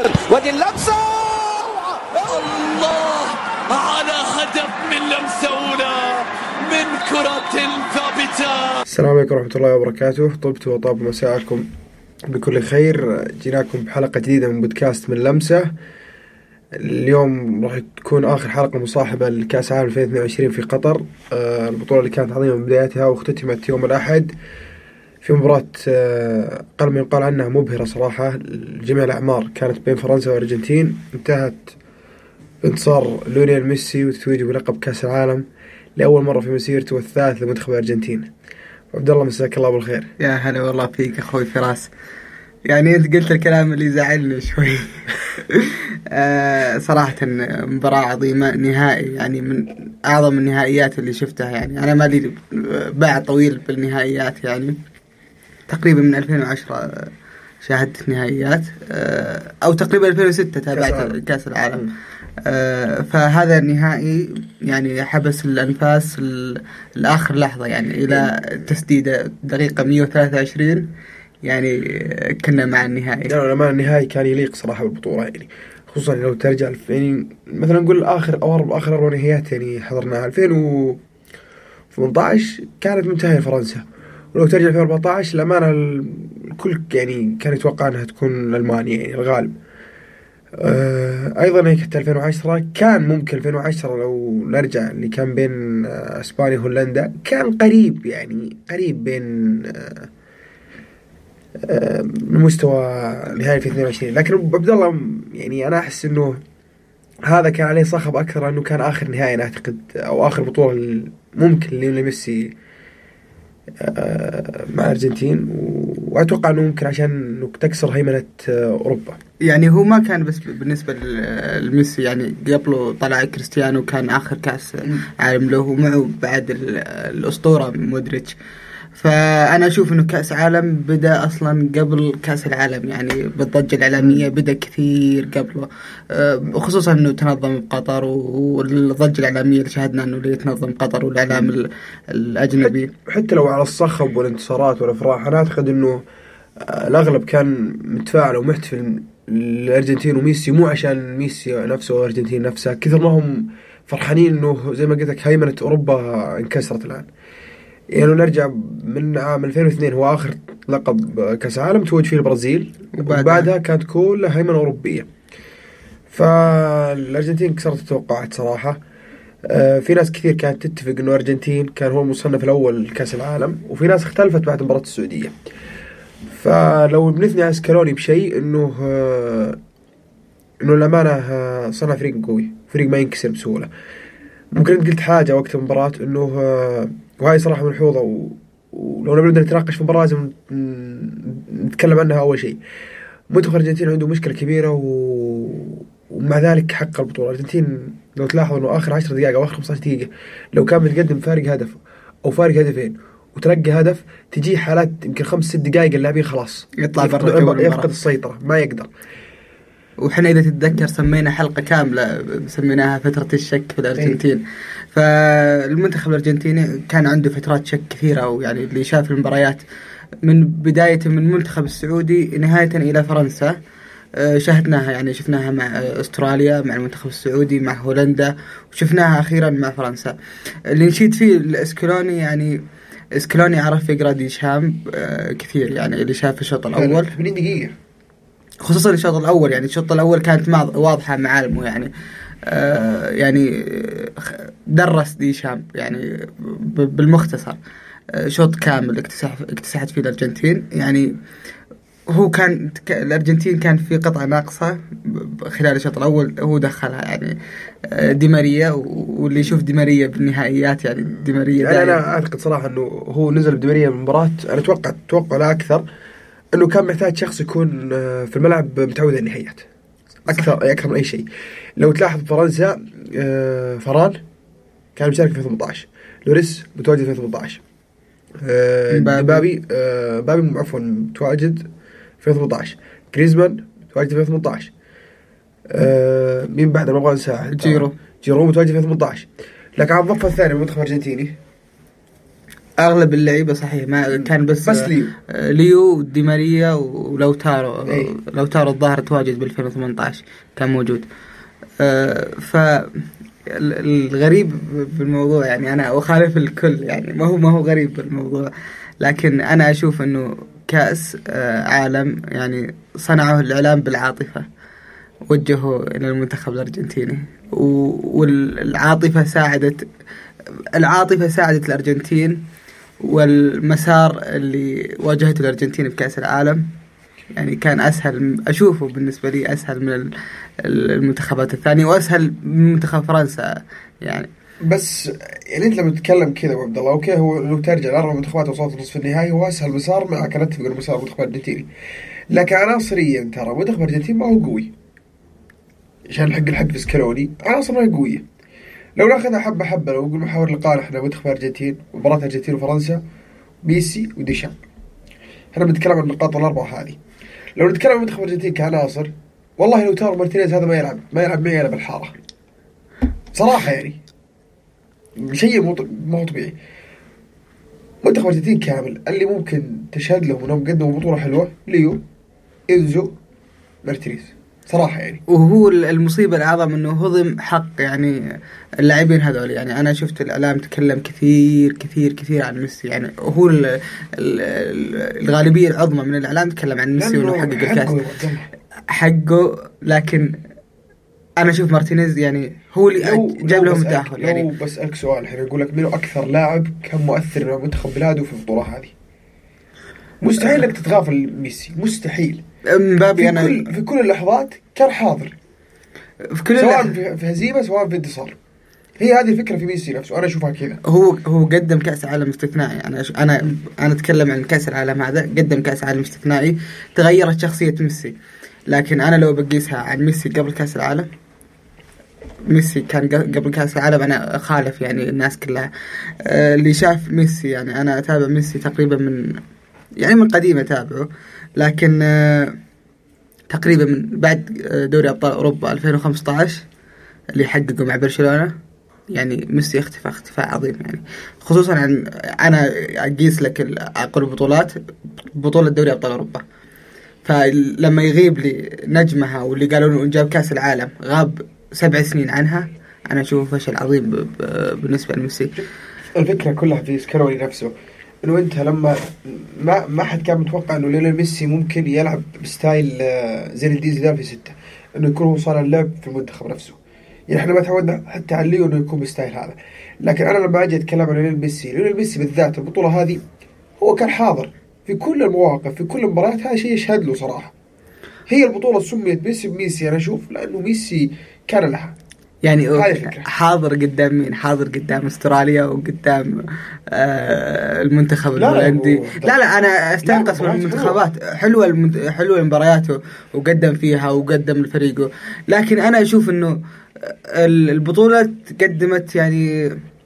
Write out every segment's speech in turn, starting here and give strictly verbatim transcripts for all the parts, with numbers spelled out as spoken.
ودي اللمسة، الله على هدف من لمسة أولى من كرة ثابتة. السلام عليكم ورحمة الله وبركاته. طبت وطاب مساءكم بكل خير. جيناكم بحلقة جديدة من بودكاست من لمسة. اليوم راح تكون آخر حلقة مصاحبة لكأس العالم ألفين واثنين وعشرين في قطر، البطولة اللي كانت عظيمة من بدايتها واختتمت يوم الأحد في مباراة قل من يقال عنها مبهرة صراحة. جميع الأعمار كانت بين فرنسا والأرجنتين، انتهت بانتصار ليونيل ميسي وتتويجه بلقب كأس العالم لأول مرة في مسيرته والثالث لمنتخب الأرجنتين. عبد الله مساك الله بالخير. يا هلا والله فيك أخوي فراس. يعني أنت قلت الكلام اللي زعلني شوي. آه صراحة مباراة عظيمة، نهائي يعني من أعظم النهائيات اللي شفتها. يعني أنا ما لي باع طويل بالنهائيات، يعني تقريبا من ألفين وعشرة شاهدت نهائيات، آه أو تقريبا ألفين وستة تابعت كأس العالم. آه فهذا النهائي يعني حبس الأنفاس الآخر لحظة، يعني إلى تسديدة دقيقة مية وثلاثة وعشرين يعني كنا مع النهائي. لا ما النهائي كان يليق صراحة بالبطولة، يعني خصوصا لو ترجع يعني مثلا نقول آخر أو آخر أربع نهائيات يعني حضرناها ألفين وثمانية عشر كانت منتهية فرنسا، ولو ترجع ألفين وأربعة عشر الأمانة الكل يعني كان يتوقع أنها تكون ألمانيا يعني الغالب. آه أيضا هيك حتى ألفين وعشرة كان ممكن ألفين وعشرة لو نرجع اللي كان بين آه إسبانيا وهولندا كان قريب، يعني قريب بين آه من مستوى نهائي في اثنين وعشرين. لكن عبد الله يعني انا احس انه هذا كان عليه صخب اكثر، انه كان اخر نهائي اعتقد او اخر بطوله ممكن لميسي مع الارجنتين، واتوقع انه ممكن عشان انه تكسر هيمنه اوروبا. يعني هو ما كان بس بالنسبه لميسي، يعني قبله طلع كريستيانو كان اخر كاس عالم له، ومعه بعد الاسطوره مودريتش. فأنا أشوف إنه كأس عالم بدأ أصلا قبل كأس العالم، يعني بالضجة الإعلامية بدأ كثير قبله، وخصوصا إنه تنظم بقطر، والضجة الإعلامية اللي شاهدنا إنه اللي تنظم قطر والإعلام الأجنبي. حتى لو على الصخب والانتصارات والأفراح أنا أعتقد إنه الأغلب كان متفاعل ومحتفل الأرجنتين وميسي، مو عشان ميسي نفسه والأرجنتين نفسها، كثر ما هم فرحانين إنه زي ما قلت لك هيمنة أوروبا انكسرت الآن. يعني نرجع من عام ألفين واثنين هو آخر لقب كأس عالم توج فيه البرازيل، وبعدها كانت كلها هيمنة أوروبية. فالأرجنتين كسرت التوقعات صراحة. آه في ناس كثير كانت تتفق إنه الأرجنتين كان هو المصنف الأول لكأس العالم، وفي ناس اختلفت بعد مباراة السعودية. فلو بنثني على سكالوني بشيء إنه آه إنه الأمانة آه صنع فريق قوي، فريق ما ينكسر بسهولة. ممكن أنت قلت حاجة وقت المباراة إنه آه وهاي صراحة ملحوظة، و... ولو نبدأ نتناقش في المباراة لازم نتكلم عنها. أول شيء منتخب الأرجنتين عنده مشكلة كبيرة، و... ومع ذلك حقق البطولة. الأرجنتين لو تلاحظ إنه آخر عشر دقائق أو آخر خمسة عشر دقيقة لو كان متقدم فارق هدف أو فارق هدفين وترقى هدف، تجي حالات يمكن خمس ست دقائق اللاعبين خلاص يطلع يفقد, يفقد السيطرة، ما يقدر. وحنا إذا تتذكر سمينا حلقة كاملة سميناها فترة الشك في الأرجنتين. أي. فالمنتخب الأرجنتيني كان عنده فترات شك كثيرة، ويعني اللي شاف المباريات من بداية من المنتخب السعودي نهاية إلى فرنسا شاهدناها، يعني شفناها مع أستراليا، مع المنتخب السعودي، مع هولندا، وشفناها أخيرا مع فرنسا. اللي نشيد فيه الاسكلوني، يعني اسكلوني عرف يقرأ ديشام كثير، يعني اللي شاف الشوط الأول ثمانين دقيقة خصوصا الشوط الأول. يعني الشوط الأول كانت واضحة معالمه، يعني آه يعني درس ديشام يعني بالمختصر آه شوط كامل اكتسح اكتسحت فيه الأرجنتين. يعني هو كان الأرجنتين كان في قطعة ناقصة خلال الشوط الأول، هو دخلها يعني آه دي ماريا، واللي يشوف دي ماريا بالنهائيات يعني دي ماريا يعني أنا أعتقد صراحة أنه هو نزل بدي ماريا من المباراة. أنا أتوقع أتوقع لا أكثر انه كان محتاج شخص يكون في الملعب متعود على النهائيات اكثر اكثر من اي شيء. لو تلاحظ فرنسا فران كان مشارك في ثمانية عشر، لوريس متواجد في ثمانية عشر، بابي بابي عفوا متواجد في ثمانية عشر، جريزمان متواجد في ثمانية عشر، مين بعد ما ابغى انساه، جيرو جيرو متواجد في ثمانية عشر. لكن على الضفه الثانيه المنتخب الارجنتيني اغلب اللعيبه صحيح ما كان بس بس ليو ليو ودي ماريا ولو تارو أي. لو تارو الظاهر تواجد ب ألفين وثمانية عشر كان موجود. ف الغريب بالموضوع يعني انا اخالف الكل يعني ما هو ما هو غريب بالموضوع، لكن انا اشوف انه كأس عالم يعني صنعه الاعلام بالعاطفه، وجهوا الى المنتخب الارجنتيني والعاطفه ساعدت العاطفه ساعدت الارجنتين، والمسار اللي واجهته الارجنتين بكأس العالم يعني كان اسهل اشوفه بالنسبه لي اسهل من المنتخبات الثانيه واسهل من منتخب فرنسا يعني. بس يعني انت لما تتكلم كذا ابو عبد الله اوكي، هو لو ترجع لاربع منتخبات وصلت نصف النهائي هو اسهل مسار، مع كان اتفق انه مسار المنتخب الارجنتيني، لكن عناصريا ترى منتخب الارجنتين ما هو قوي عشان الحق الحق في سكالوني، عناصر ما هي قويه. لو ناخذها حبه حبه، لو نقول محاور لقاء احنا منتخب الارجنتين مباراه الارجنتين وفرنسا ميسي وديشام، احنا بنتكلم عن النقاط الاربعه هذه. لو نتكلم عن منتخب الارجنتين كعناصر، والله لو تارو مارتينيز هذا ما يلعب ما يلعب معي انا بالحاره صراحه، يعني شيء مو مو طبيعي. منتخب الارجنتين كامل اللي ممكن تشهد له انهم قدموا بطوله حلوه ليو، إنزو، مارتينيز صراحه يعني. وهو المصيبه الاعظم انه هضم حق يعني اللاعبين هذول. يعني انا شفت الاعلام تكلم كثير كثير كثير عن ميسي، يعني هو ال ال الغالبيه العظمى من الاعلام تكلم عن ميسي وانه حقق الكاس حقه، لكن انا اشوف مارتينيز يعني هو اللي جاب لهم التاهل. يعني لو بسالك سؤال الحين اقول لك مين اكثر لاعب كان مؤثر مع منتخب بلاده في البطوله هذه؟ مستحيل انك تتغافل ميسي، مستحيل. مبابي انا كل في كل اللحظات كان حاضر في كل سواء اللح... في هزيمه سواء في انتصار. هي هذه الفكره في ميسي نفسه، انا اشوفها كذا. هو هو قدم كاس عالم استثنائي. انا انا انا اتكلم عن كاس العالم هذا، قدم كاس عالم استثنائي تغيرت شخصيه ميسي. لكن انا لو بقيسها عن ميسي قبل كاس العالم، ميسي كان قبل كاس العالم انا اخالف يعني الناس كلها أه اللي شاف ميسي. يعني انا اتابع ميسي تقريبا من يعني من قديم اتابعه، لكن أه تقريبا من بعد دوري ابطال اوروبا ألفين وخمسة عشر اللي حققه مع برشلونة، يعني ميسي اختفى اختفاء عظيم. يعني خصوصا عن انا اقيس لك اقل البطولات بطولة دوري ابطال اوروبا، فلما يغيب لي نجمها واللي قالوا انه جاب كاس العالم غاب سبع سنين عنها، انا اشوفه فشل عظيم بالنسبه لميسي. الفكره كلها في سكالوني نفسه، انه انت لما ما ما حد كان متوقع انه ليونيل ميسي ممكن يلعب بستايل زين الدين زيدان في ستة، انه يكون هو صانع اللعب في المنتخب نفسه. يعني احنا ما تعودنا حتى على ليو انه يكون بستايل هذا، لكن انا لما اجي اتكلم عن ليونيل ميسي، ليونيل ميسي بالذات البطوله هذه هو كان حاضر في كل المواقف في كل المباريات. هذا شيء يشهد له صراحه. هي البطوله سميت ميسي بميسي انا اشوف لانه ميسي كان لها يعني حاضر قدام مين؟ حاضر قدام استراليا وقدام آه المنتخب الهولندي. لا لا انا استنقص من المنتخبات، حلوه المنت... حلوه مبارياته وقدم فيها وقدم لفريقه، لكن انا اشوف انه البطوله قدمت يعني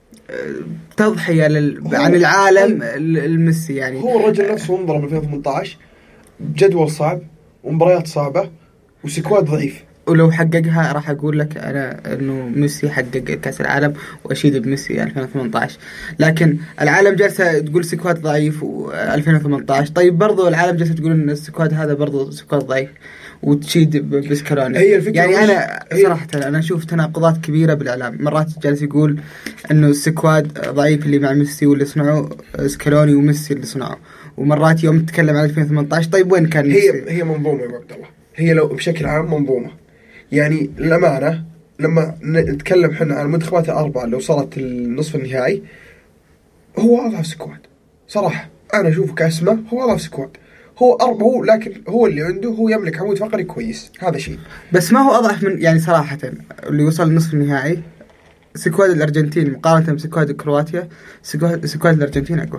تضحيه لل... عن العالم الميسي. يعني هو الرجل نفسه انضرب ألفين وثمانية عشر جدول صعب ومباريات صعبه وسكواد ضعيف، ولو حققها راح أقول لك أنا إنه ميسي حقق كأس العالم وأشيد بميسي ألفين وثمانية عشر. لكن العالم جالسة تقول سكواد ضعيف و2018 طيب برضو العالم جالسة تقول إن السكواد هذا برضو سكواد ضعيف وتشيد بسكالوني. يعني أنا صراحة أنا أشوف تناقضات كبيرة بالإعلام. مرات جالس يقول إنه السكواد ضعيف اللي مع ميسي واللي صنعه سكالوني وميسي اللي صنعه، ومرات يوم تتكلم عن ألفين وثمانية عشر طيب وين كان ميسي؟ هي هي منظومة يا عبد الله، هي لو بشكل عام منظومة. يعني للأمانة لما نتكلم حنا عن المنتخبات الأربعة اللي وصلت النصف النهائي هو أضعف سكواد صراحة. أنا أشوفه كأسماء هو أضعف سكواد، هو أربعة هو، لكن هو اللي عنده هو يملك عمود فقري كويس، هذا شيء. بس ما هو أضعف من يعني صراحة اللي وصل النصف النهائي سكواد الأرجنتين مقارنة بسكواد كرواتيا، سكواد, سكواد الأرجنتين أقوى.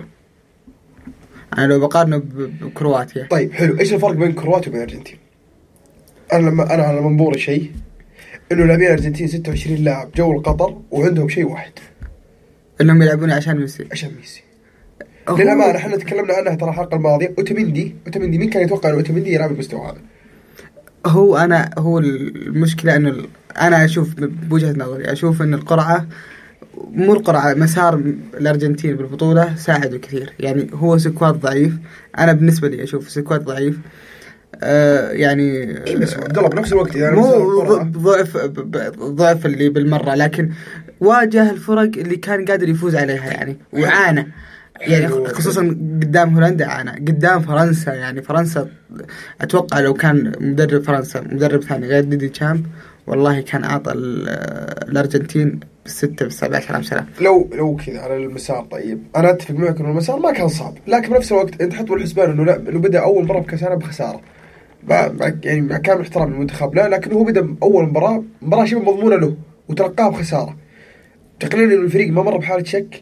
أنا لو بقارنه بكرواتيا. طيب حلو، إيش الفرق بين كرواتيا وبين الأرجنتين؟ أنا لما أنا على منظوري شيء إنه لاعبين الأرجنتين ستة وعشرين لاعب جو القطر وعندهم شيء واحد، إنهم يلعبون عشان ميسي. عشان ميسي. للأمانة إحنا تكلمنا عنها ترى الحلقة الماضية. أوتاميندي أوتاميندي مين كان يتوقع إنه أوتاميندي يلعب المستوى هذا؟ هو أنا هو المشكلة إنه أنا أشوف بوجهة نظري أشوف إن القرعة مرقر على مسار الأرجنتين بالبطولة ساعده كثير. يعني هو سكواد ضعيف، أنا بالنسبة لي أشوف سكواد ضعيف. آه يعني إيه بس عبد الله بنفس الوقت يعني مو ضعف ضعف اللي بالمرة، لكن واجه الفرق اللي كان قادر يفوز عليها يعني وعانى. يعني خصوصا قدام هولندا عانى، قدام فرنسا يعني فرنسا أتوقع لو كان مدرب فرنسا مدرب ثاني غير ديدي تشامب والله كان أعطى الأرجنتين بالستة بالسبعة عشر سنة. لو لو كذا على المسار. طيب أنا أتفق معك إنه المسار ما كان صعب، لكن بنفس الوقت أنت حط بالحسبان إنه لا إنه بدأ أول مرة بكأس العالم بخسارة، يعني مع كامل احترام المنتخب لا، لكن هو بدأ أول مباراة مباراة شبه مضمونة له وتلقاها بخسارة. تقريبا إنه الفريق ما مر بحالة شك،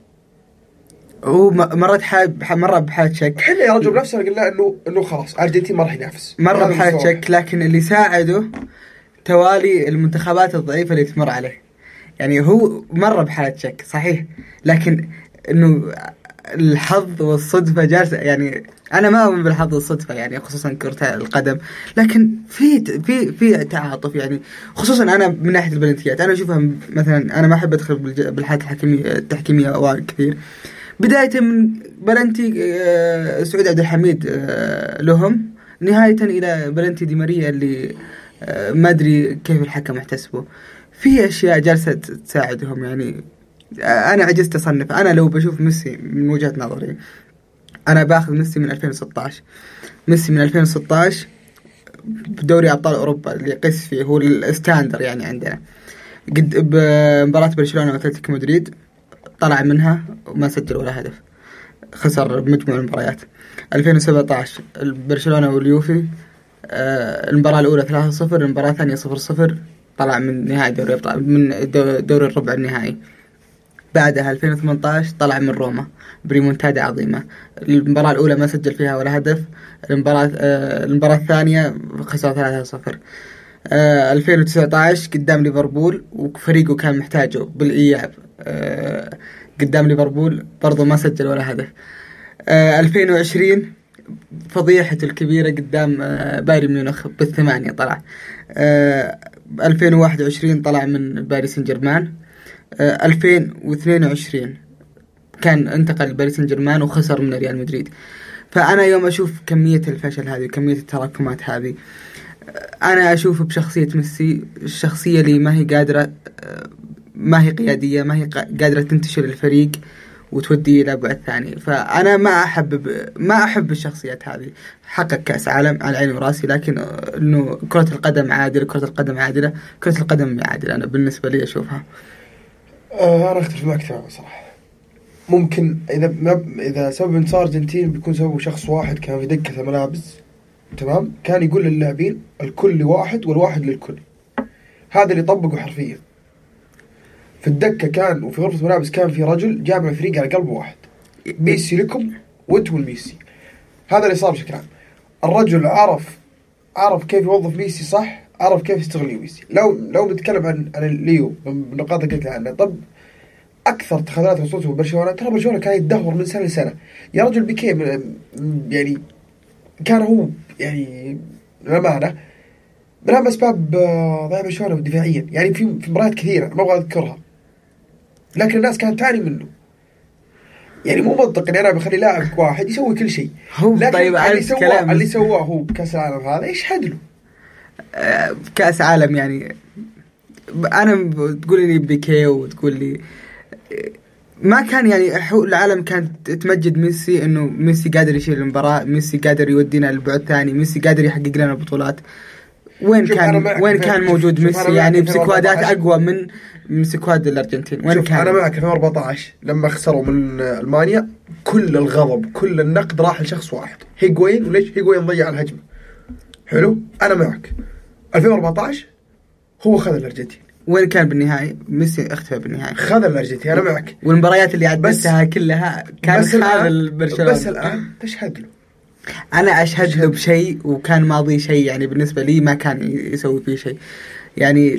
هو مرت حال مرة بحالة شك. حنا يا رجل بنفسنا قلنا إنه إنه خلاص أرجنتين ما راح ينافس، مرة بحالة شك، لكن اللي ساعده توالي المنتخبات الضعيفة اللي تمر عليه. يعني هو مرة بحالة شك صحيح، لكن إنه الحظ والصدفة جالسة. يعني أنا ما أؤمن بالحظ والصدفة يعني خصوصا كرة القدم، لكن في في في تعاطف يعني خصوصا أنا من ناحية البلنتيات. أنا أشوفها مثلا، أنا ما أحب أدخل بالحالات الحكمية التحكيمية أوائل كثير، بداية من بلنتي سعود عبد الحميد لهم نهاية إلى بلنتي دي ماريا اللي ما أدري كيف الحكم احتسبه. في أشياء جالسة تساعدهم. يعني أنا عجزت أصنف. أنا لو بشوف ميسي من وجهة نظري أنا باخذ ميسي من ألفين وستة عشر. ميسي من ألفين وستة عشر بدوري أبطال أوروبا اللي يقيس فيه هو الستاندر يعني عندنا، قد بمباراة برشلونة وأتلتيكو مدريد طلع منها وما سجل ولا هدف، خسر بمجموع المباريات. ألفين وسبعة عشر برشلونة واليوفي آه المباراة الأولى ثلاثة صفر، المباراة الثانية صفر صفر، طلع من نهائي دوري أبطال من دوري الربع النهائي. بعدها ألفين وثمانية عشر طلع من روما بريمونتادا عظيمة، المباراة الأولى ما سجل فيها ولا هدف، المباراة آه المباراة الثانية خسر ثلاثة صفر. آه ألفين وتسعة عشر قدام ليفربول وفريقه كان محتاجه بالإياب آه قدام ليفربول برضو ما سجل ولا هدف. آه ألفين وعشرين فضيحة الكبيرة قدام آه بايرن ميونخ بالثمانية طلع. آه ألفين وواحد وعشرين طلع من باريس سان جيرمان. آه ألفين واثنين وعشرين كان انتقل باريس سان جيرمان وخسر من ريال مدريد. فأنا يوم أشوف كمية الفشل هذه وكمية التراكمات هذه أنا أشوف بشخصية ميسي الشخصية اللي ما هي قادرة، ما هي قيادية، ما هي قادرة تنتشر الفريق وتوديه إلى بعد ثاني. فأنا ما أحب ما أحب الشخصيات هذه. حقق كأس عالم على عيني وراسي، لكن إنه كرة القدم عادلة، كرة القدم عادلة، كرة القدم عادلة. أنا بالنسبة لي أشوفها. آه أنا أختلف معك تماما صراحة. ممكن إذا ما إذا سبب انتصار أرجنتين بيكون سببه شخص واحد كان في دكة الملابس، تمام، كان يقول للاعبين الكل واحد والواحد للكل. هذا اللي طبقه حرفيا في الدكة. كان وفي غرفة الملابس كان في رجل جامع فريق على قلب واحد، ميسي لكم وانتم الميسي. هذا اللي صار بشكل عام. الرجل عرف عرف كيف يوظف ميسي صح، عرف كيف يستغل ميسي. لو لو بنتكلم عن عن ليو بالنقاط اللي قلت عنها، طب اكثر تخاذلات وصلته برشلونة، ترى برشلونة كان يتدهور من سنة لسنة. يا رجل بيكي يعني كان هو يعني للأمانة من أهم أسباب ضياع برشلونة دفاعيا، يعني في في مباريات كثيرة ما أبغى أذكرها، لكن الناس كانت تعاني منه. يعني مو منطق إن أنا بخلي لاعب واحد يسوي كل شيء. لكن طيب اللي سواه اللي سواه هو بكأس العالم هذا يشهد له. آه كأس عالم يعني أنا تقول لي بيكي وتقول لي ما كان يعني حقوق العالم كانت تمجد ميسي إنه ميسي قادر يشيل المباراة، ميسي قادر يودينا للبعد ثاني، ميسي قادر يحقق لنا البطولات. وين كان وين كان موجود ميسي يعني بسكوادات أقوى من من سكواد الأرجنتين؟ وين كان؟ أنا معك في ألفين وأربعة عشر لما خسروا من ألمانيا كل الغضب كل النقد راح لشخص واحد، هيغوين. وليش هيغوين ضيع الهجمة؟ حلو، أنا معك. ألفين وأربعة عشر هو خذ الأرجنتين. وين كان بالنهاية؟ ميسي اختفى بالنهاية، خذ الأرجنتين. أنا معك. والمباريات اللي عدتها كلها كانت هذا البرشلونة. بس الآن تشهد له. أنا أشهد له بشيء وكان ماضي شيء يعني بالنسبة لي ما كان يسوي فيه شيء. يعني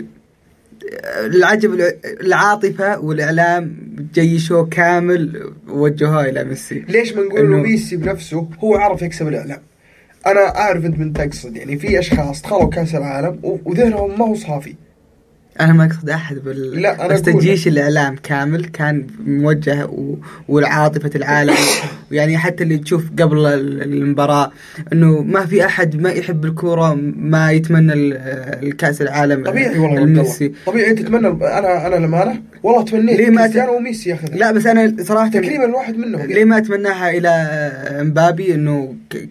العجب العاطفة والإعلام جيشوه كامل ووجهوه إلى ميسي. ليش ما نقول إنه ميسي بنفسه هو عرف يكسب الإعلام؟ أنا أعرف أنت من تقصد يعني في أشخاص دخلوا كأس العالم وذهنهم ما هو صافي. أنا ما أقصد أحد بال... لا أنا بس أقول تجيش الإعلام كامل كان موجه و... والعاطفة العالم يعني حتى اللي تشوف قبل المباراة إنه ما في أحد ما يحب الكورة ما يتمنى الكأس العالم. طبيعي والله الميسي طبيعي أنت تتمنى. أنا أنا لما أنا والله تمنيت كريستيانو ما... وميسي ياخذها. لا بس أنا صراحة تقريبا الواحد منهم ليه ما أتمناها إلى مبابي إنه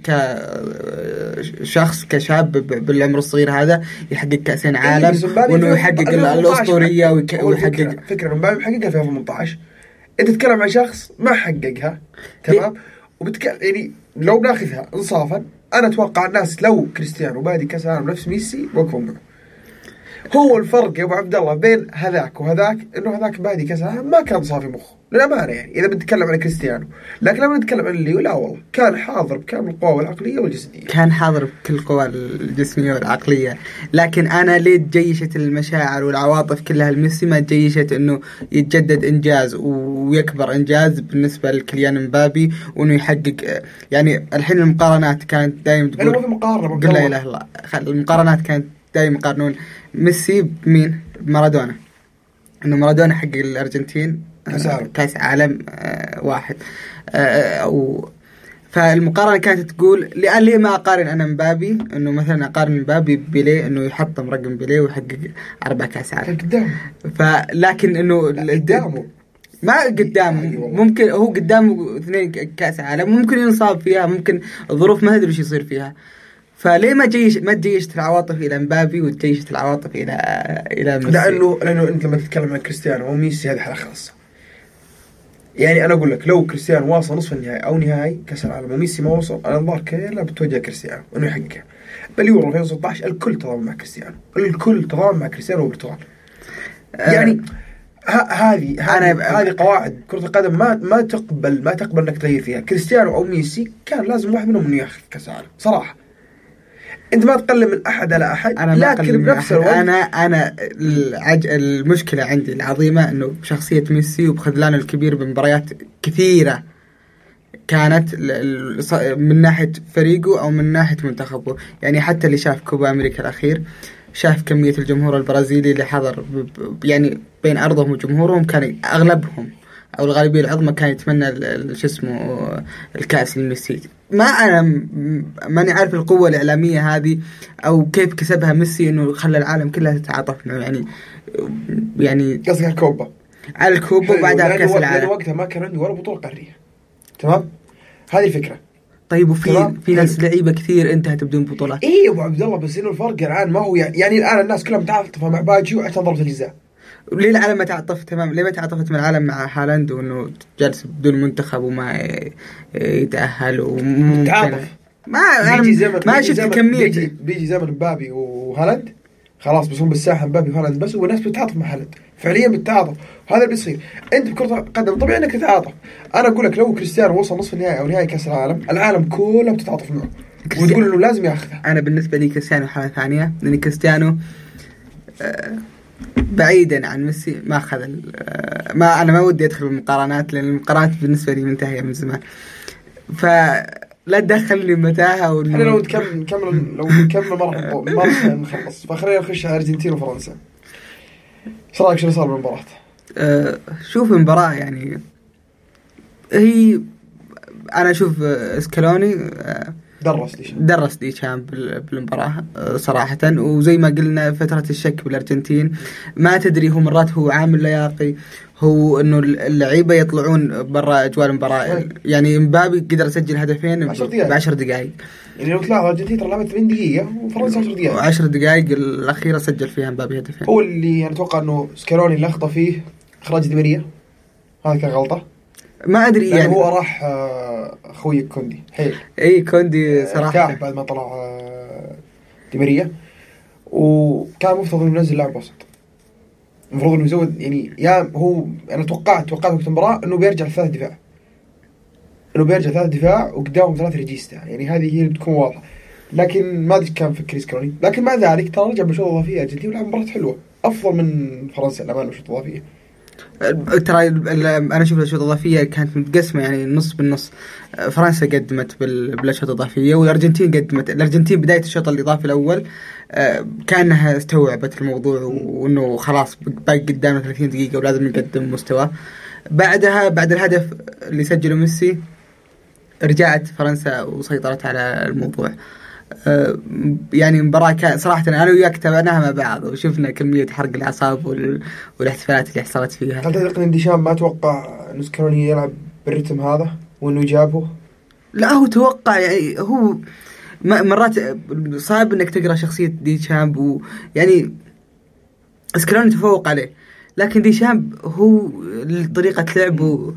كشخص كشاب بالعمر الصغير هذا يحقق كأسين عالم وإنه يحقق الأسطورية ويحقق فكرة إنه مبابي محققها في ألفين وثمانية عشر. أنت تتكلم عن شخص ما حققها تمام وبتك يعني لو بناخذها إنصافا أنا أتوقع الناس لو كريستيانو بادي كأس العالم نفس ميسي وقفوا معه. هو الفرق يا أبو عبد الله بين هذاك وهذاك إنه هذاك بادي كأس العالم ما كان صافي مخه للأمانة يعني إذا بنتكلم عن كريستيانو. لكن لما نتكلم عن اللي لا والله كان حاضر بكامل القوة والعقلية والجسدية. كان حاضر بكل القوى الجسمية والعقلية. لكن أنا ليه تجيشت المشاعر والعواطف كلها الميسي ما تجيشت إنه يتجدد إنجاز ويكبر إنجاز بالنسبة لكيليان مبابي وإنه يحقق يعني الحين المقارنات كانت دائما تقول أنا ما في مقارنة لا إله إلا الله. المقارنات كانت دائما يقارنون ميسي بمين؟ مارادونا. إنه مارادونا حق الأرجنتين كأس عالم كأس عالم آه واحد آه و فالمقارنة كانت تقول لأن ليه ما أقارن أنا مبابي إنه مثلا أقارن مبابي ببيليه إنه يحطم رقم بيليه ويحقق أربع كأس عالم قدامه. فلكن إنه قدامه ما قدامه ممكن هو قدامه اثنين كأس عالم ممكن ينصاب فيها ممكن الظروف ما أدري وش يصير فيها. فليه ما تجيش ما تجيش العواطف إلى مبابي وتجيش العواطف إلى إلى ميسي؟ لأنه لأنه أنت لما تتكلم عن كريستيانو وميسي هذه حالة خاصة. يعني أنا أقول لك لو كريستيانو واصل نصف النهائي أو نهائي كأس العالم وميسي ما وصل أنا أنظار كلها بتوجه كريستيانو إنه يحققها. بل يورو ألفين وستة عشر الكل تضامن مع كريستيانو الكل تضامن مع كريستيانو والبرتغال. يعني هذه هذه هذه قواعد كرة القدم ما ما تقبل ما تقبل إنك تغير فيها. كريستيانو أو ميسي كان لازم واحد منهم إنه ياخذ كأس العالم صراحة. أنت ما تقلل من أحد على أحد أنا لكن بنفس الوقت أنا أنا العج... المشكلة عندي العظيمة إنه بشخصية ميسي وبخذلانه الكبير بمباريات كثيرة كانت من ناحية فريقه أو من ناحية منتخبه. يعني حتى اللي شاف كوبا أمريكا الأخير شاف كمية الجمهور البرازيلي اللي حضر يعني بين أرضهم وجمهورهم كان أغلبهم أو الغالبية العظمى كان يتمنى شو اسمه الكأس لميسي. ما أنا ماني عارف القوة الإعلامية هذه أو كيف كسبها ميسي إنه خلى العالم كلها تتعاطف معه. يعني يعني قصدك على الكوبا على الكوبا وبعدها كأس العالم. وقتها ما كان عنده ولا بطولة قارية تمام. هذه الفكرة. طيب وفي في ناس لعيبة كثير انتهت بدون بطولات. إيه أبو عبد الله بس إنه الفرق الآن ما هو يعني الآن الناس كلهم متعاطفة مع باجيو عشان ضربة الجزاء. ليه العالم ما تعاطف تمام؟ ليه ما تعاطفت من العالم مع هالاند وإنه جالس بدون منتخب وما يتأهل وممكن ما أنا ما شفت كمية بيجي, بيجي زمن مبابي وهالاند خلاص بس هم بالساحة مبابي وهالاند بس والناس بتتعاطف مع هالاند فعليا بتتعاطف. وهذا اللي بيصير. أنت بكرة قدم طبيعي إنك تتعاطف. أنا أقول لك لو كريستيانو وصل نصف النهائي أو نهائي كأس العالم العالم كله بتتعاطف معه وتقول إنه لازم يأخذها. أنا بالنسبة لي كريستيانو حالة ثانية لأن كريستيانو آه بعيدا عن ميسي ما أخذ ما أنا ما ودي أدخل بالمقارنات لأن المقارنات بالنسبة لي منتهية من زمان. فلا تدخلني متاهة. إحنا لو نكمل نكمل لو نكمل مرة مرة نخلص فخلينا نخش على أرجنتين وفرنسا. إيش رأيك شو صار بالمباراة؟ أه شوف المباراة يعني هي أنا أشوف سكالوني أه درس ديشام درس ديشام بالمباراة صراحة. وزي ما قلنا فترة الشك بالأرجنتين ما تدري هو مرات هو عامل لياقي هو إنه اللعيبة يطلعون برا أجواء المباراة. يعني مبابي قدر يسجل هدفين بعشر دقائق. يعني لو طلع الأرجنتين ترى لعبت ثمانين دقيقة وفرنسا عشر دقائق. وعشر دقائق الأخيرة سجل فيها مبابي هدفين. هو اللي يعني أتوقع إنه سكالوني اللي أخطأ فيه إخراج دي ماريا هذا كان غلطة. ما أدري يعني هو راح أخوي كوندي حيل أي كوندي صراحة كاح بعد ما طلع دي ماريا وكان مفترض إنه ينزل لاعب وسط. المفروض إنه يزود يعني يا هو أنا توقعت توقعت وقت المباراة إنه بيرجع ثلاث دفاع إنه بيرجع ثلاث دفاع وقدامهم ثلاث ريجيستا. يعني هذه هي بتكون واضحة لكن ما أدري كان فكر سكالوني. لكن مع ذلك ترى رجع بشوط إضافية الأرجنتين ولعب مباراة حلوة أفضل من فرنسا الأمان بشوط إضافية. ترى انا اشوف الاشواط الاضافيه كانت متقسمه يعني نص بالنص. فرنسا قدمت بالاشواط الاضافيه والارجنتين قدمت. الارجنتين بدايه الشوط الاضافي الاول كانها استوعبت الموضوع وانه خلاص باقي قدامنا ثلاثين دقيقه ولازم نقدم مستوى. بعدها بعد الهدف اللي سجله ميسي رجعت فرنسا وسيطرت على الموضوع. يعني مباراة صراحة أنا وياك تابعناها مع بعض وشفنا كمية حرق الأعصاب وال... والاحتفالات اللي حصلت فيها. هل تعتقد إن ديشام ما توقع إنه سكالوني يلعب بالرتم هذا وإنه يجابه؟ لا هو توقع يعني هو مرات صعب إنك تقرأ شخصية ديشام ويعني سكالوني تفوق عليه لكن ديشام هو طريقة لعبه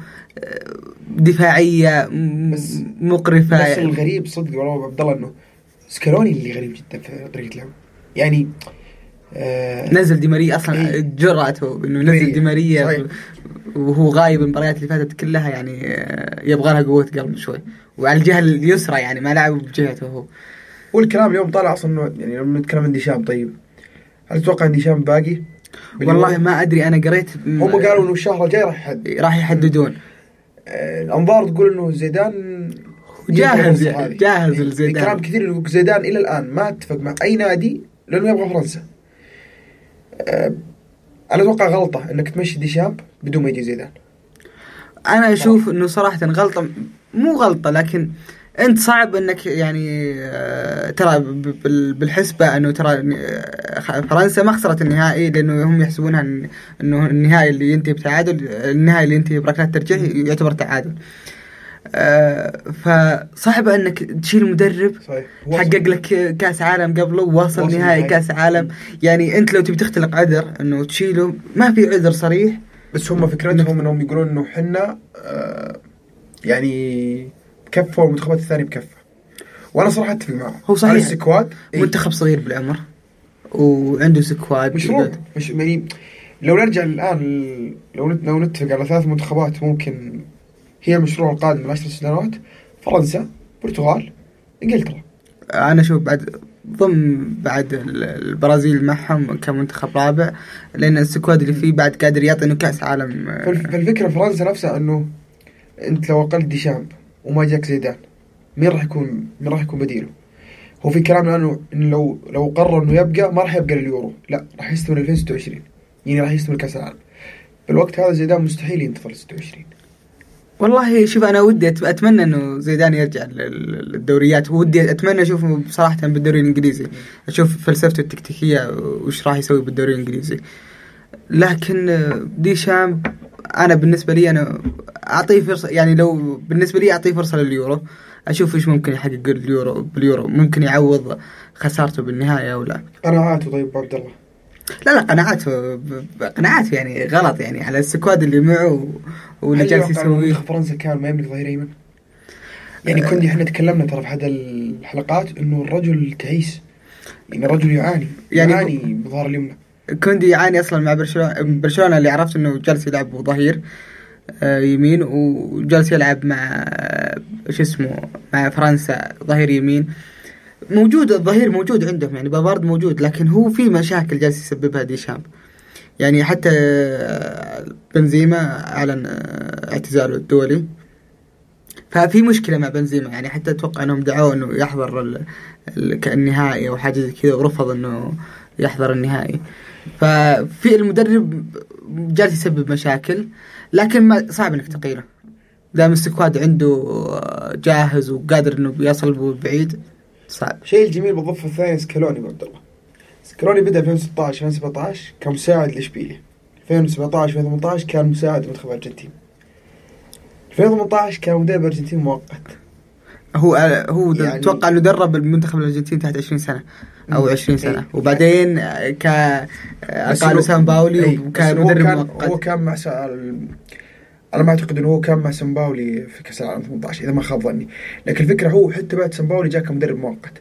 دفاعية مقرفة. بس الغريب صدق والله عبد الله إنه سكالوني اللي غريب جدا في طريقة لعبه يعني آه نزل دي ماريا أصلا إيه؟ جرأته إنه نزل دي ماريا وهو غايب المباريات اللي فاتت كلها يعني يبغى لها قوة قلب شوي وعلى الجهة اليسرى يعني ما لعب بجهته هو. والكلام اليوم طالع أصلا إنه يعني لما نتكلم عن ديشام طيب هل تتوقع إن ديشام باقي؟ والله ما أدري أنا قريت هم قالوا إنه الشهر الجاي راح يحدد راح يحددون. آه الأنظار تقول إنه زيدان جاهز جاهز الزيدان. كلام كثير يقول زيدان إلى الآن ما اتفق مع أي نادي لأنه يبغى فرنسا. أه أنا أتوقع غلطة إنك تمشي ديشامب بدون ما يجي زيدان. أنا أشوف إنه صراحة غلطة مو غلطة لكن أنت صعب إنك يعني ترى بالحسبة إنه ترى فرنسا ما خسرت النهائي لأنه هم يحسبونها إنه النهائي اللي ينتهي بتعادل النهائي اللي ينتهي بركلات ترجيح يعتبر تعادل. آه فصعب انك تشيل مدرب حقق لك كاس عالم قبله وواصل نهائي كاس عالم. يعني انت لو تبي تختلق عذر انه تشيله ما في عذر صريح. بس هم فكرتهم انهم يقولون انه حنا آه يعني كفوا المنتخبات الثانيه بكفه وانا صراحه اتفق معه. هو صحيح السكواد منتخب صغير بالعمر وعنده سكواد مشروع مش يعني لو نرجع الان لو لو نتفق على ثلاث منتخبات ممكن هي المشروع القادم من عشر سنوات فرنسا البرتغال انجلترا. انا اشوف بعد ضم بعد البرازيل معهم كمنتخب رابع لان السكواد اللي فيه بعد قادر يعطي انه كاس عالم. فالفكره فرنسا نفسها انه انت لو اقلت ديشامب وما جاك زيدان مين راح يكون مين راح يكون بديله؟ هو في كلام انه إن لو لو قرر انه يبقى ما راح يبقى لليورو لا راح يستمر ألفين وستة وعشرين يعني راح يستمر كاس العالم. بالوقت هذا زيدان مستحيل ينتظر ستة وعشرين. والله شوف أنا ودي أتمنى إنه زيدان يرجع للدوريات ودي أتمنى أشوفه بصراحة بالدوري الإنجليزي أشوف فلسفته التكتيكية وش راح يسوي بالدوري الإنجليزي. لكن ديشام أنا بالنسبة لي أنا أعطيه فرصة يعني لو بالنسبة لي أعطيه فرصة لليورو أشوف إيش ممكن يحقق اليورو باليورو ممكن يعوض خسارته بالنهاية أو لا. قناعاته طيب عبد الله؟ لا لا قناعاته قناعاته يعني غلط يعني على السكواد اللي معه واللي جالس يسويه. فرنسا كان ما يملك ظهير أيمن يعني كندي احنا تكلمنا ترى في هذا الحلقات انه الرجل تعيس يعني الرجل يعاني يعني يعاني بظهر اليمنى. كندي يعاني اصلا مع برشلونه برشلونه اللي عرفت انه جالس يلعب ظهير يمين وجالس يلعب مع ايش اسمه مع فرنسا ظهير يمين. موجود الظهير موجود عندهم يعني بافارد موجود لكن هو في مشاكل جالس يسببها ديشامب. يعني حتى بنزيما اعلن اعتزاله الدولي ففي مشكلة مع بنزيما يعني حتى أتوقع أنهم دعوه أنه يحضر النهائي أو حاجة زي كذا ورفض أنه يحضر النهائي. ففي المدرب جالس يسبب مشاكل لكن ما صعب أنك تقيله دام السكواد عنده جاهز وقادر أنه بيصل بعيد صعب. شيء الجميل بالضفة الثانية سكالوني عبد الله. سكالوني بدأ ألفين وستة عشر ألفين وسبعة عشر كمساعد لإشبيلية ألفين وسبعة عشر ألفين وثمانية عشر كان مساعد لمنتخب الأرجنتين ألفين وثمانية عشر كان مدرب أرجنتين مؤقت. هو هو يعني اتوقع انه درب المنتخب الارجنتين تحت عشرين سنة او عشرين سنة وبعدين ك قالوا سان باولي وكان مدرب مؤقت. هو كان مع سأل... انا ما اعتقد انه هو كان مع سان باولي في كاس العالم ثمانية عشر اذا ما خاب ظني لكن الفكرة هو حتى بعد سان باولي جاء كمدرب مؤقت.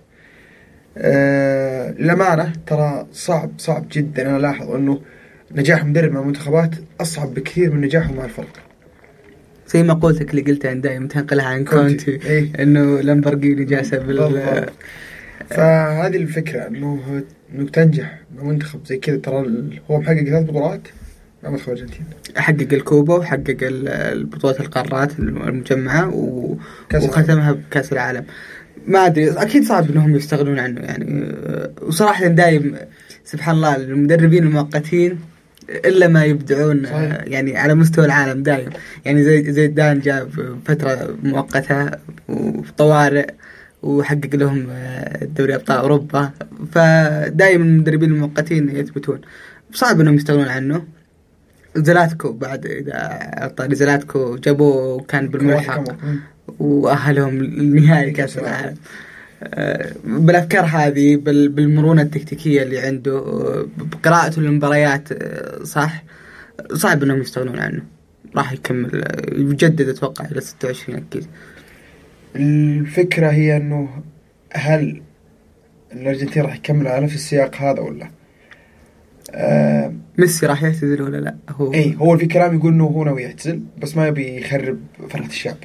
أه... للأمانة ترى صعب صعب جدا انا لاحظ انه نجاح مدرب مع منتخبات اصعب بكثير من نجاحه مع الفرق. زي ما قلتك اللي قلتها دائما تنقلها عن كونتي إيه؟ انه لامبرغيني جالسه بال فهذه الفكره انه انه تنجح مع منتخب زي كذا ترى هو محقق ثلاث بطولات ما منتخب الأرجنتين حقق الكوبا وحقق البطولات القارات المجمعة وختمها بكأس العالم. ما أدري أكيد صعب إنهم يستغنون عنه يعني. وصراحة دايم سبحان الله المدربين المؤقتين إلا ما يبدعون صحيح. يعني على مستوى العالم دايم يعني زي زي دان جاء فترة مؤقتة وطوارئ وحقق لهم دوري أبطال أوروبا. فدايم المدربين المؤقتين يثبتون صعب إنهم يستغنون عنه. زلاتكو بعد إذا طاري زلاتكو جابوه كان بالملحق وأهلهم لنهائي كأس العالم. بالأفكار هذه بالمرونة التكتيكية اللي عنده بقراءته للمباريات صح صعب إنهم يستغنون عنه. راح يكمل يجدد أتوقع إلى ستة وعشرين أكيد. الفكرة هي إنه هل الأرجنتين راح يكمل على نفس السياق هذا ولا آه ميسي راح يعتزل ولا لا؟ هو اي هو في كلام يقول انه هو ناوي يعتزل بس ما يبي يخرب فرحة الشعب.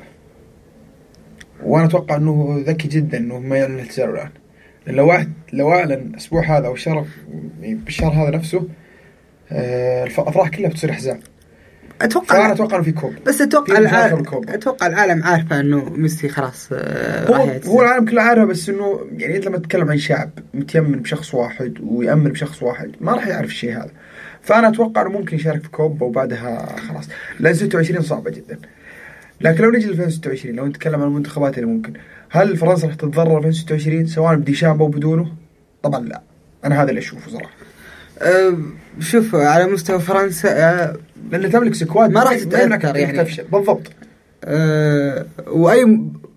وانا اتوقع انه ذكي جدا انه ما يعلن اعتزاله الان. لو واحد لو اعلن الاسبوع هذا او الشهر بالشهر هذا نفسه آه الافراح كلها بتصير احزان. اتوقع فانا اتوقع انه في كوب بس اتوقع العالم اتوقع العالم عارفه انه ميسي خلاص آه هو, هو العالم كله عارفه. بس انه يعني انت لما تتكلم عن شعب متيمن بشخص واحد ويأمن بشخص واحد ما راح يعرف الشيء هذا. فانا اتوقع انه ممكن يشارك في كوب وبعدها خلاص. لان ستة وعشرين صعبه جدا. لكن لو نجي ل ألفين وستة وعشرين لو نتكلم عن المنتخبات اللي ممكن هل فرنسا راح تتضرر ألفين وستة وعشرين سواء بديشامب او بدونه؟ طبعا لا. انا هذا اللي اشوفه صراحه. أه شوف على مستوى فرنسا أه لأن تملك سكواد ما راح تتأثر يعني تفشل بالضبط. أه وأي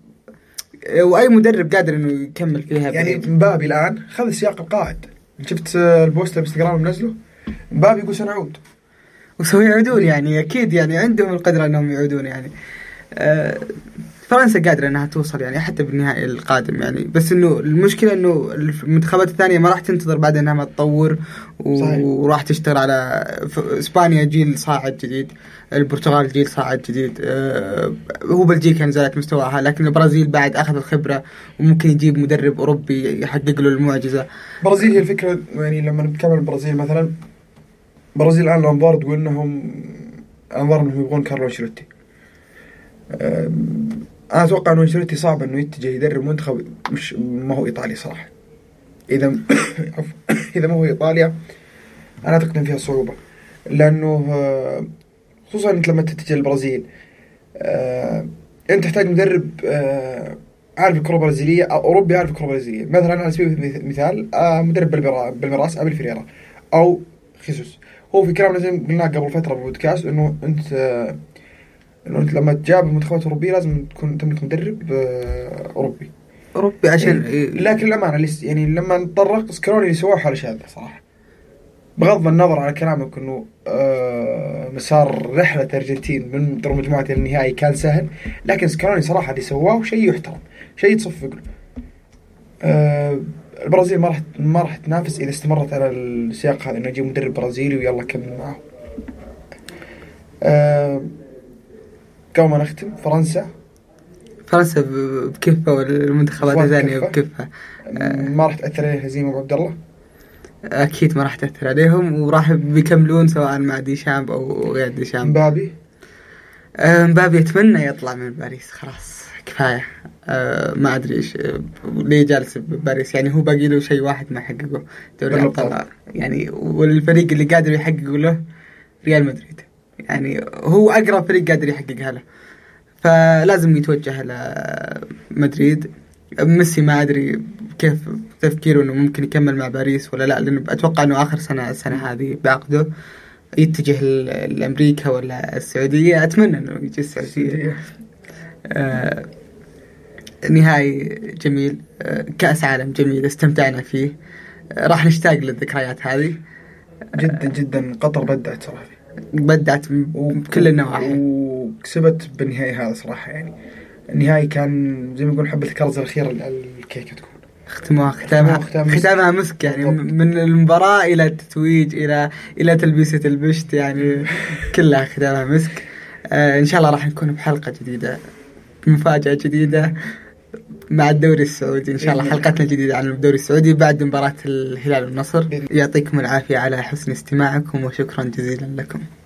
وأي مدرب قادر إنه يكمل فيها يعني مبابي الآن خذ السياق القائد. شفت البوست بإنستغرام منزله مبابي يقول سنعود وسوي يعودون يعني أكيد يعني عندهم القدرة إنهم يعودون يعني. أه فرنسا قادرة إنها توصل يعني حتى بالنهائي القادم يعني. بس إنه المشكلة إنه المنتخبات الثانية ما راح تنتظر بعد إنها ما تطور وراح تشتغل على إسبانيا جيل صاعد جديد. البرتغال جيل صاعد جديد. أه هو بلجيكا نزلت مستواها لكن البرازيل بعد أخذ الخبرة وممكن يجيب مدرب أوروبي يحقق له المعجزة. البرازيل هي الفكرة يعني لما نتكلم البرازيل مثلا البرازيل الآن الأنظار تقول إنهم أنظار إنهم يبغون كارلو أنشيلوتي. أه أنا أتوقع أنه أنشيلوتي صعب أنه يتجه يدرب منتخب مش ما هو إيطالي صراحة. إذا إذا ما هو إيطاليا أنا أعتقد أن فيها صعوبة. لأنه خصوصا أنت لما تتجه البرازيل أنت تحتاج مدرب عارف الكرة البرازيلية أو أوروبي عارف الكرة البرازيلية. مثلا على سبيل المثال مدرب بالميراس أبل فيريرا أو خيسوس. هو في كلام لازم قلناه قبل فترة بودكاست أنه أنت إنه أنت لما تجاب المنتخبات الأوروبية لازم تكون تملك مدرب أوروبي أوروبي عشان إيه. لكن الأمانة يعني لما نتطرق سكالوني اللي سواه حالة شاذة صراحة. بغض النظر على كلامك إنه آه مسار رحلة الأرجنتين من دور مجموعة النهائي كان سهل لكن سكالوني صراحة اللي سواه شيء يحترم شيء يتصفق له. آه البرازيل ما راح ما راح تنافس إذا استمرت على السياق هذا إنه يجيب مدرب برازيلي ويلا كمل معه. آه قبل ما نختم فرنسا فرنسا بكفة والمنتخبات الثانية بكفة. ما راح تأثر عليه هزيمة أبو عبد الله؟ أكيد ما راح تأثر عليهم وراح بيكملون سواء مع ديشامب أو غير ديشامب. مبابي مبابي يتمنى يطلع من باريس خلاص كفاية. أه ما أدري إيش ليه جالس بباريس يعني. هو باقي له شيء واحد ما حققه دوري الأبطال يعني. والفريق اللي قادر يحققه له ريال مدريد يعني. هو أقرب فريق قادر يحققها له فلازم يتوجه لمدريد. ميسي ما أدري كيف تفكيره إنه ممكن يكمل مع باريس ولا لا. لأنه أتوقع إنه آخر سنة السنة هذه بعقده يتجه لأمريكا ولا السعودية. أتمنى إنه يجي السعودية. آه نهائي جميل. آه كأس عالم جميل استمتعنا فيه. آه راح نشتاق للذكريات هذه جدا جدا. قطر بدعت صراحة بدعت بكل النواحي وكسبت بالنهائي هذا صراحة يعني. النهائي كان زي ما يقول حبة الكرز الأخيرة الكيكة تكون ختمها ختامها ختامها مسك يعني. من المباراة إلى التتويج إلى إلى تلبيسة البشت يعني كلها ختامها مسك. آه إن شاء الله راح نكون بحلقة جديدة مفاجأة جديدة مع الدوري السعودي إن شاء الله. حلقتنا الجديدة عن الدوري السعودي بعد مباراة الهلال والنصر. يعطيكم العافية على حسن استماعكم وشكرا جزيلا لكم.